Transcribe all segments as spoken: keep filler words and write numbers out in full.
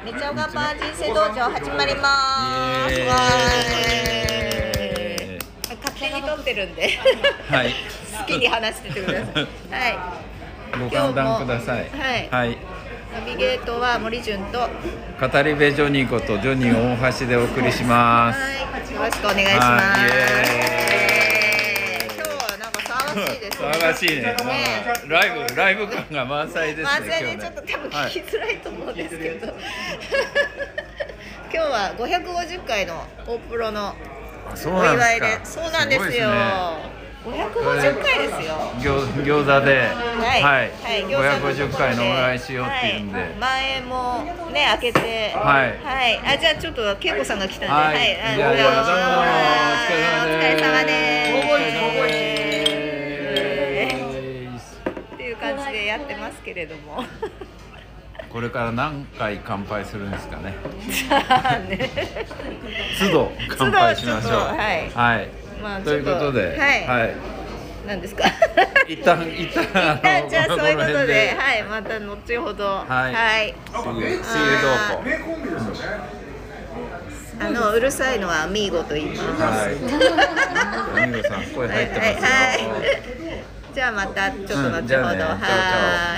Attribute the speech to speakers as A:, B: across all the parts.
A: めちゃがぱ人生道場始まります。わーい。勝手に撮ってるんで、
B: はい、
A: 好きに話しててください。はい。
B: ご歓談ください。
A: はい。
B: はい。
A: ナビゲートは森潤と
B: 語り部ジョニーことジョニー大橋でお送りします。
A: はい。よろしくお願いします。今日はなんか騒がしいですね。
B: 騒がしいね。ライブライブ感が満載ですね。
A: 満載でちょっと多分聞きづらいと思うんですけど、はい、今日はごひゃくごじゅっかいの大プロのお祝いで、そうなんですよ。ごひゃくごじゅっかいですよ。
B: 餃餃子で、はい、
A: はい、
B: ごひゃくごじゅっかいのお祝いしようっていうんで、はい、
A: 前もね開けて、はい、はい、あ、じゃあちょっと恵子さんが来たんで、はい、はい、
B: じゃあじゃあどうも
A: お疲れ様です。
B: お疲れ様です。
A: っていう感じでやってますけれども。
B: これから何回乾杯するんですかね。
A: ね
B: 都度乾杯しましょう。
A: はい。
B: はい。まあ、ということで、
A: はい。
B: はい、
A: 何ですか。
B: 一旦一旦
A: 一旦じゃあそういうことで、はい、また後ほど、
B: はい。
A: はい。あのうるさいのはミーゴと言います。
B: はい。ミーゴさん声入ってますよ。
A: はい。じゃあまたちょっと後ほど、はい。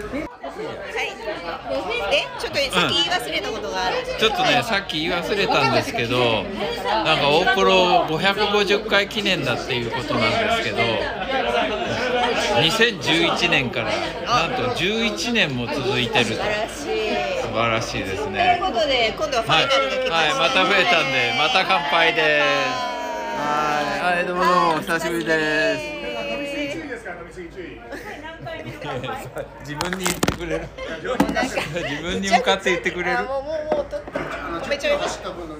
A: え、ちょっとさっき言い忘れたことがある、うん、
B: ちょっとね、さっき言い忘れたんですけど、なんか大プロごひゃくごじゅっかい記念だっていうことなんですけど、にせんじゅういちねんからなんとじゅういちねんも続いてると。素晴らしい、素晴らしいですね。
A: ということで今度はファイナルが来ました、ね。
B: はい、はい、また増えたんでまた乾杯です。はい、はい、どうもどうもお久しぶりです。自分に言ってくれる。自分に向かって言ってくれる。
A: もうもうもうと止めちゃいました。うん。もう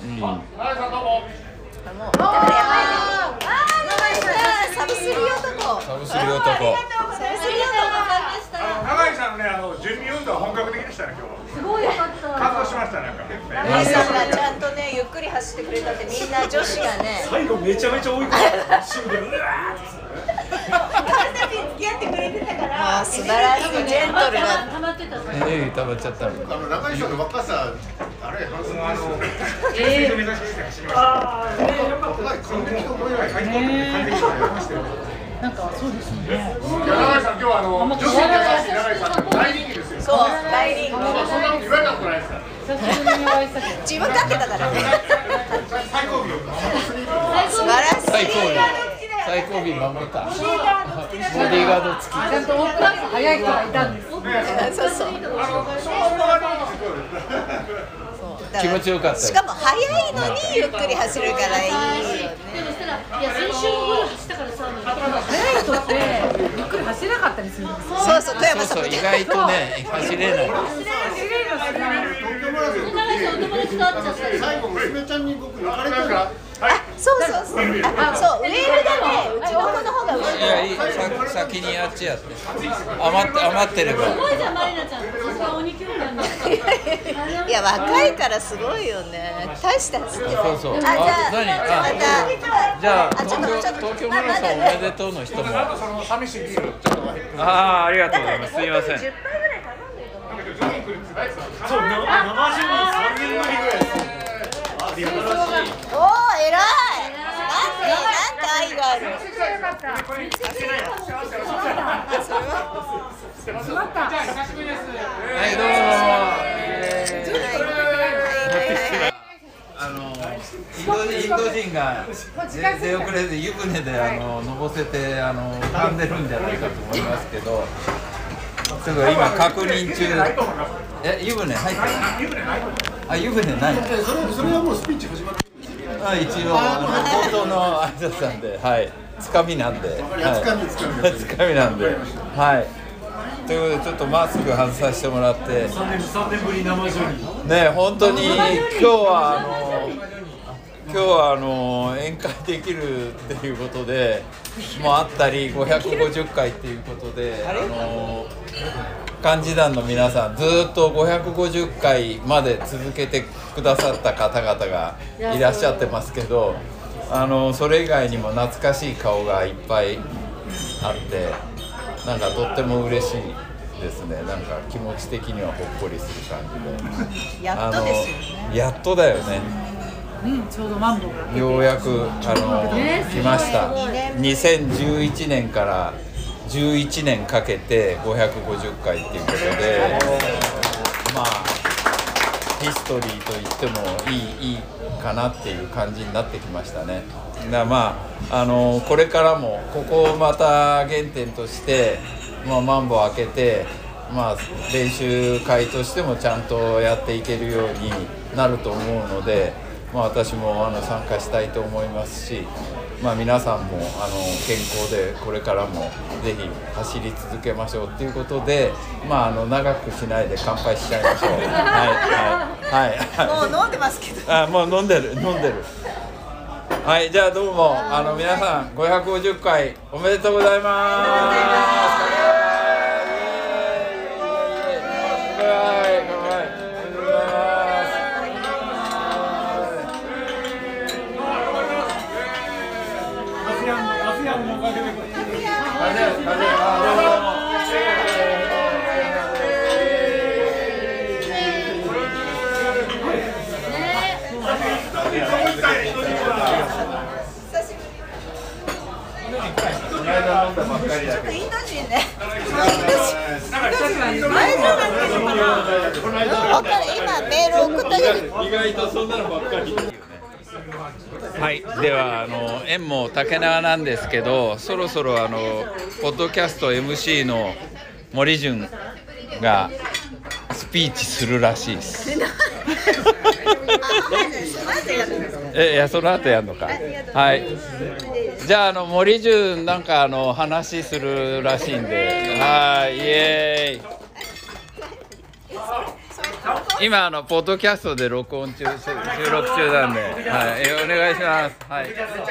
A: サブスリー男。
B: サブスリー男。
A: サブスリー男。
C: 永井さんのね、あの準備運動は本格的でしたね今日。すごい良かった。感動しましたね。
A: 永井さんがちゃんとねゆっくり走ってくれたってみんな女子がね。
C: 最後めちゃめちゃ追い込んだ。一瞬でうわー。
A: 付き合ってくれてたから。素晴らしいジェントルな。
B: 溜まってた。ええ、溜まっちゃったの。
D: あの中井さんの若さ、あれ反則あの。
C: ええ。目指して走りました。ああ、ね、よかった。完璧と思えない。完璧と思いましたよ。
E: なんかそうですね。
C: 永井さん今日はあの女子に対して永井さん大人気ですよ。
A: そう、大人気。
C: そんなこと言われたことないですから。
A: 自分勝手だからね。
C: 最後尾。
A: 素晴らしい。
B: 最後尾。最後尾守った。ボディーガード付き。
E: ちゃんとオープン早い人がいたんです。
A: そうそう。
B: 気持ちよかった。
A: しかも早いのにゆっくり走るからいいよね。
E: でもしたらいや先週の頃走ったからさ、早い人ってゆっくり走れなかったりするんですよ。
A: そうそう、富山さん。
B: そうそう、意外とね走れない。
E: 走れるのすごい。
D: 最後娘ちゃんに僕抜かれたから。
A: あ、そうそうそう。あ、そう、ウェールだね。うちの子の方が上。
B: いや、いい、さ先にあっちやって。余って余ってれば。
E: すごいじゃんマリナちゃん。私は鬼興味なんだ。
A: いや、若いからすごいよね。大した走ってる。
B: そうそう。あ、
A: じゃあ、
B: 何？あ、
A: また。
B: じゃあ東京東京マラソンおめでとうの人も。
C: 寂しいビールちょっと。
B: ああ、ありがとうございます。すみません。
A: 十杯ぐらい頼んでると思う。
C: そう、ななじゅうにさんねんぶりぐらいです。ありがとうございます。
A: おお、偉い。なんで、なんで愛がある。
B: はい、どうも。あのインド人インド人が出遅れで湯船であののぼせてあの浮かんでるんじゃないかと思いますけど、すごい今確認中。え、湯船入ってる？あ、湯船ない。
D: それはもうスピーチ始まってる。
B: あ、一応冒頭の挨拶なんで、はい、つかみなんで、
D: つかみつかみ
B: つかみなんで、はい。ということでちょっとマスク外させてもらって、
C: さんねんぶり生ジョニー。
B: ね、本当に今日はあの今日はあの宴会できるっていうことでもあったり、ごひゃくごじゅっかいっていうことで、あの幹事団の皆さんずっとごひゃくごじゅっかいまで続けてくださった方々がいらっしゃってますけど、あのそれ以外にも懐かしい顔がいっぱいあって、なんかとっても嬉しいですね。なんか気持ち的にはほっこりする感じで、
A: やっとですよね。
B: やっとだよね。
E: うん、ちょうどマンボウが
B: ようやくあの来ました。にせんじゅういちねんからじゅういちねんかけてごひゃくごじゅっかいっていうことで、まあヒストリーと言ってもいいいいかなっていう感じになってきましたね。だからまああのこれからもここをまた原点として、まあ、マンボウ開けて、まあ、練習会としてもちゃんとやっていけるようになると思うので、まあ、私もあの参加したいと思いますし、まあ、皆さんもあの健康でこれからもぜひ走り続けましょうということで、まあ、あの長くしないで乾杯しちゃいましょう。はいはいはい。
A: もう飲んでますけど。
B: あ、もう飲んでる飲んでる。はい、じゃあどうもあの皆さんごひゃくごじゅっかいおめでとうございます。
A: ちょっとインド人ね。大丈夫なんでしょうか。分かる。今メール送ったけど。
B: 意外とそんなのばっかり。はい、ではあの縁も竹縄なんですけど、そろそろあのポッドキャスト エムシー の森潤がスピーチするらしいです。え、いやその後やるのか。はい。じゃああの森潤なんかあの話するらしいんで、はい、イエーイ。今あのポッドキャストで録音中、収録中なんで、はい、えお願いします。はい、はい。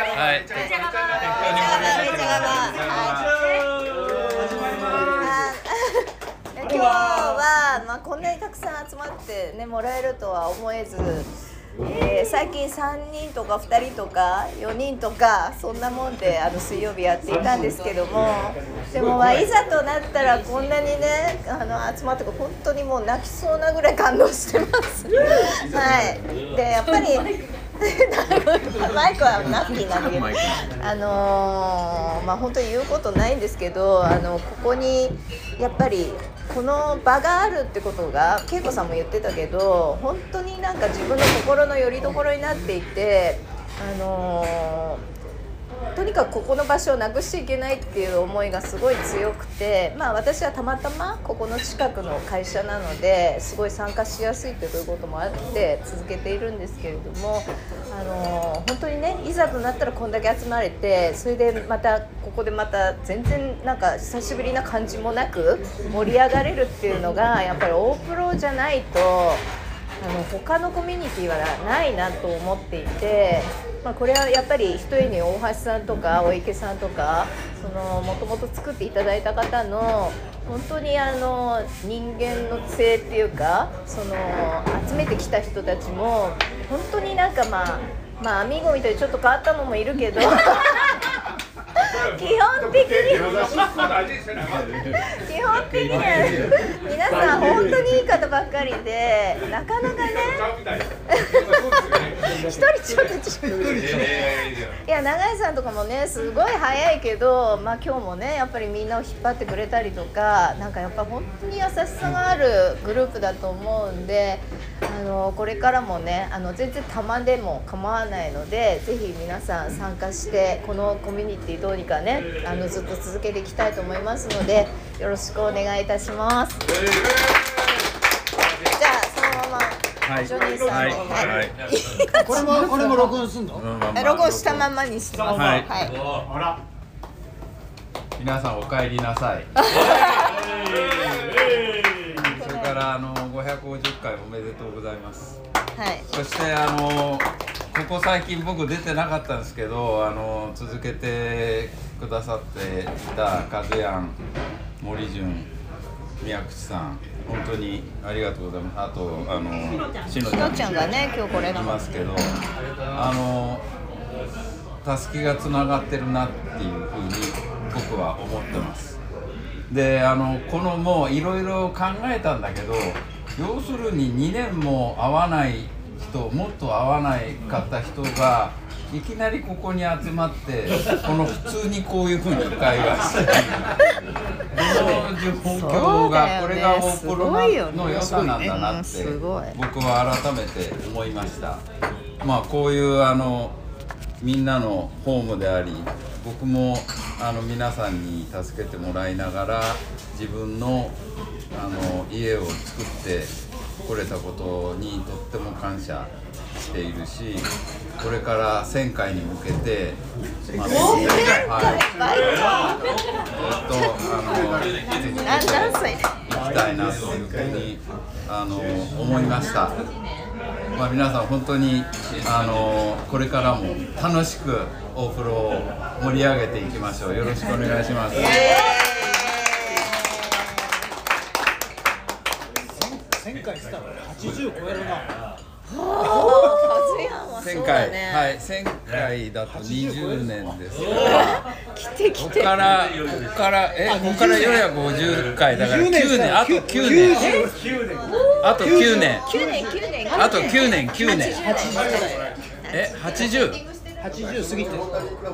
A: 今日はまあこんなにたくさん集まってねもらえるとは思えず。えー、最近さんにんとかふたりとかよにんとかそんなもんであの水曜日やっていたんですけども、でもまあいざとなったらこんなにねあの集まって本当にもう泣きそうなぐらい感動してます。はい。でやっぱりマイクはナフキンなんだけど、あのー、まあ本当に言うことないんですけど、あのここにやっぱりこの場があるってことが恵子さんも言ってたけど本当になんか自分の心の拠り所になっていて、あのーとにかくここの場所をなくしちゃいけないっていう思いがすごい強くて、まあ私はたまたまここの近くの会社なのですごい参加しやすいということもあって続けているんですけれども、あの本当にねいざとなったらこんだけ集まれて、それでまたここでまた全然なんか久しぶりな感じもなく盛り上がれるっていうのがやっぱり大プロじゃないとあの他のコミュニティはないなと思っていて、まあ、これはやっぱりひとえに大橋さんとか大池さんとかそのもともと作っていただいた方の本当にあの人間の性っていうかその集めてきた人たちも本当になんかまあまあアミーゴみたいにちょっと変わったのもいるけど基本的に基本的には皆さん本当にいい方ばっかりでなかなかね一人ちょっといや永井さんとかもねすごい早いけど、まあ、今日もねやっぱりみんなを引っ張ってくれたりとかなんかやっぱ本当に優しさがあるグループだと思うんで、あのこれからもねあの全然たまでも構わないのでぜひ皆さん参加してこのコミュニティどうにかねあのずっと続けていきたいと思いますのでよろしくお願いいたします。じゃあそのまま
B: はい、
A: ジョニーさんの、はい
B: はい、
F: これもこれも録音すんの？
A: 録音したままにしてます。
B: はい
A: はい。
C: あら。
B: 皆さんお帰りなさい。それからあのごひゃくごじゅっかいおめでとうございます。
A: はい。
B: そしてあのここ最近僕出てなかったんですけど、あの続けてくださっていたカズヤン、森潤、宮口さん、本当にありがとうございます。あとあのしの
A: しのちゃんがね今日これ
B: いますけど、あのたすきがつながってるなっていうふうに僕は思ってます。 であのこのもういろいろ考えたんだけど、要するににねんも会わない人、もっと会わないかった人がいきなりここに集まってこの普通にこういうふうに会話してこの状況が、これがコロナの良さなんだなって僕は改めて思いました。まあこういうあのみんなのホームであり、僕もあの皆さんに助けてもらいながら自分のあの家を作ってこれたことにとっても感謝しているし、これからせんかいに向けて、まあ、はい、ずっとあの続けていきたいなというふうにあの思いました。まあ、皆さん本当にあのこれからも楽しくお風呂を盛り上げていきましょう。よろしくお願いします。
F: せんかいしたらはちじゅう超えるな。
B: せんかい、はい、せんかいだとにじゅうねんです。
A: 来て来て。
B: ここからここからえここからよんひゃくごじゅっかいだからきゅうねん、あときゅうねん、あときゅうねん、
A: きゅうねんきゅうねん
B: あときゅうねんきゅうねん、えはちじゅう、
F: はちじゅう過ぎてる。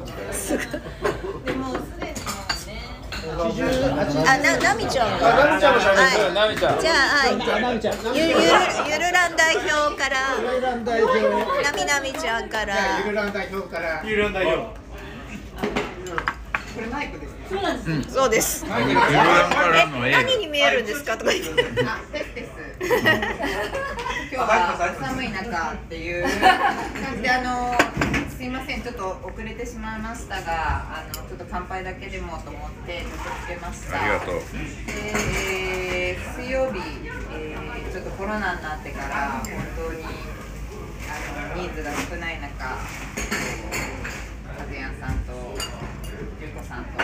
A: あ、な、なみちゃん。
D: ナミちゃんもしゃべる。
B: ナミちゃん。
A: じゃあ、はい。ゆ、ゆる、ゆるらん代表から。
F: ゆるらん代表。
A: なみなみちゃんから。
D: ゆるらん代表から。
C: 有料代表。
A: これマイクですか。そうです。
B: ゆるらんからの
A: え、何に見えるんですかとか言って。
G: あ、テステス。今日は寒い中っていう感じで、あのすいません、ちょっと遅れてしまいましたが、あのちょっと乾杯だけでもと思ってちょっとつけました。
B: ありがとう。
G: えー、水曜日、えー、ちょっとコロナになってから本当にあの人数が少ない中、和也さんとゆうこさんと、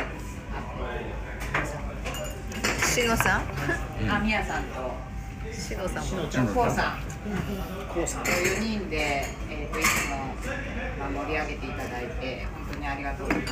G: あ
A: しのさん。
G: と、あ、みやさんと。
A: しのさんも。
G: こうさん、こうさんとよにんで、えー、といつも、まあ、盛り上げていただいて本当にありがとうございます。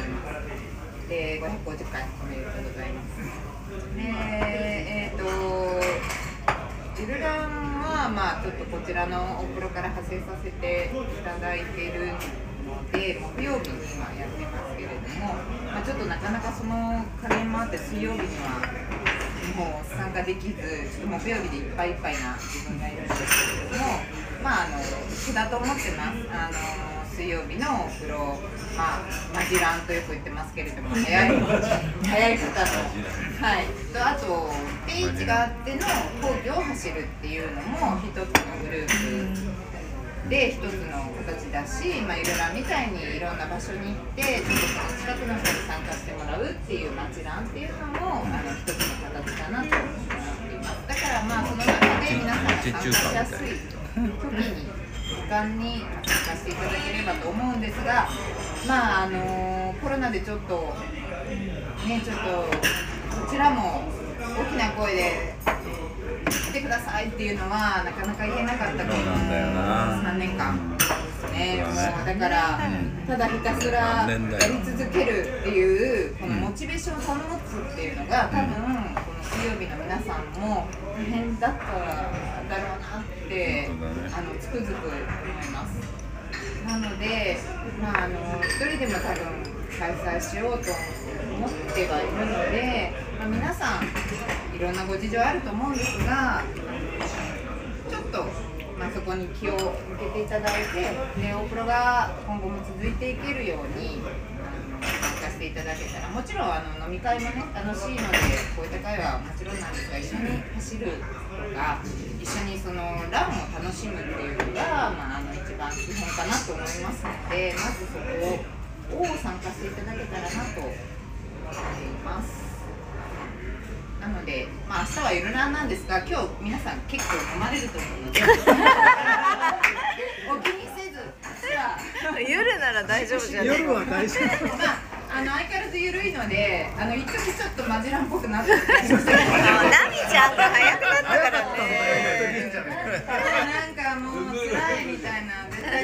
G: で、ごひゃくごじゅっかいおめでとうございます。で、えっ、ー、とゆるらんは、まあ、ちょっとこちらのお風呂から派生させていただいているので、木曜日に今やってますけれども、まあ、ちょっとなかなかその加減もあって水曜日にはもう参加できず、ちょっと木曜日でいっぱいいっぱいな自分がいるんですけれども、まああの気だと思ってます。あの水曜日のお風呂、まあマジランとよく言ってますけれども、早い早い方の、はい、とあと定位置があっての皇居を走るっていうのも一つのグループ。で一つの形だし、まあ、ゆるらんみたいにいろんな場所に行ってちょっとその近くの人に参加してもらうっていう街ランっていうのもあの一つの形かなと思っています。だからまあその中で皆さんが参加しやすい時に時間に参加していただければと思うんですが、まああのコロナでちょっとねちょっとこちらも大きな声で来てくださいっていうのはなかなか言えなかったこのさんねんかんですね。もうだからただひたすらやり続けるっていうこのモチベーションを保つっていうのが多分この水曜日の皆さんも大変だっただろうなってあのつくづく思います。なので、まあ、あの一人でも多分開催しようと思ってはいるので、まあ、皆さんいろんなご事情あると思うんですが、ちょっと、まあ、そこに気を向けていただいて、でお風呂が今後も続いていけるように参加していただけたら、もちろんあの飲み会もね楽しいので、こういった会はもちろんなんですが、一緒に走るとか一緒にそのランを楽しむっていうのが、まあ、あの一番基本かなと思いますので、まずそこを参加していただけたらなと思っています。なので、まあ明日はゆるらんなんですが、今日皆さん結構飲まれると思うのでお気にせず、じゃあ
A: 夜なら大丈夫じゃない。
F: 夜は大丈夫。
G: まああの相変わらず緩いので、あの一時ちょっとマジランっぽくなってきましたけど、
A: ナミちゃんが早くなったからね。
G: なんかもう辛いみたいな、絶対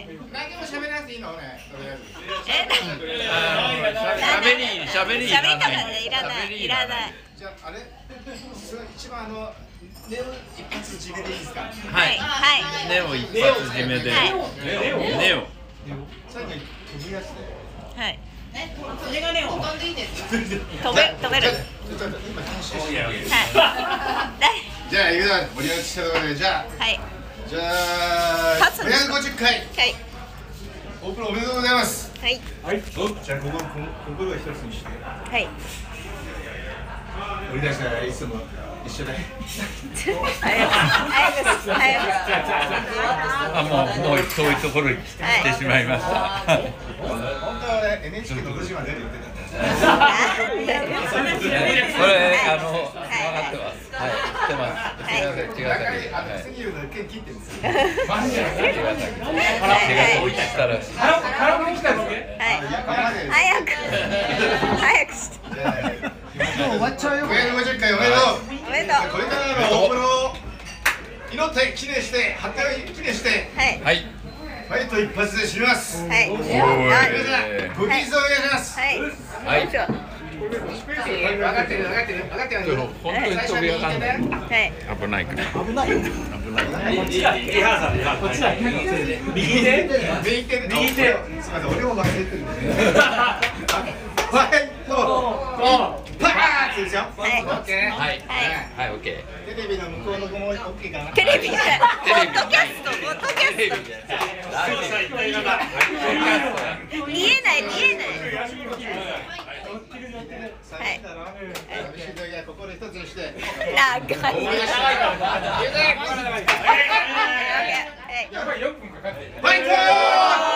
D: 何も喋らなくていいのね。
A: え、
B: 喋り喋りいらない。
A: いらないいらない。
D: じゃああれ一番あのネオ一発締めでいいですか。
B: はい
A: はい。
B: ネオ一発締めで。ネオ。
D: 最後に飛ぶやつで。
A: はい。
G: それがね、飛んでいいですか。
A: 飛べ飛べる。
D: 今編集してるわけです。
A: はい。
D: じゃあ行くぞ。盛り上がってきたところでじゃあ。
A: はい。
D: じゃあごひゃくごじゅっかい。
A: はい。
D: オープンおめでとうございます。
A: はい。
C: はい。じゃあここ心を一つにして。
A: はい。
D: 売り出したらいつも一緒だ。
A: 早く早く早く。
B: あ、もうもう遠いところに来てしまいました。
D: 本当はね エヌエイチケー のろくじまで出る予定だったんですよ。
B: これあの分かってます。はい、知ってます。すみません、違う先。
D: あの次の件切ってるんですよ。
B: マジで違う先。違うしたらしい。
C: カラオケに来たんですね。
A: 早く早くして。
F: 終わっちゃうよ。
D: ごひゃくごじゅっかいおめでとう。
A: おめでとう。
D: これからのオープンを祈って記念して発表を記念して
A: はい
B: はい。
D: ファイト一発で締めます。
A: はい。
B: おーい。
D: 皆さんご起立お願いします。
A: はい。
B: はい。
A: よいしょ。
G: 分かってる分かってる分かってる。
B: 本当に飛び上がんない。
A: はい。
B: 危ないから。
F: 危ないよ。
B: 危ない。
C: リハーサルでこっちだ。右手右手右手。
D: すみません、俺も忘れてるんで。はい、どうパーンですよ。
A: はい
D: オッケー。
B: はいはいオッケー。
D: テレビの向こうの子もオッケーかな。
A: テレビじゃない、ポッドキャスト、ポッドキャスト。見えない、見えない。はい。
D: 心一つにして。
A: 長い。
C: やばいよんぷんかかってる。
D: ファイトー。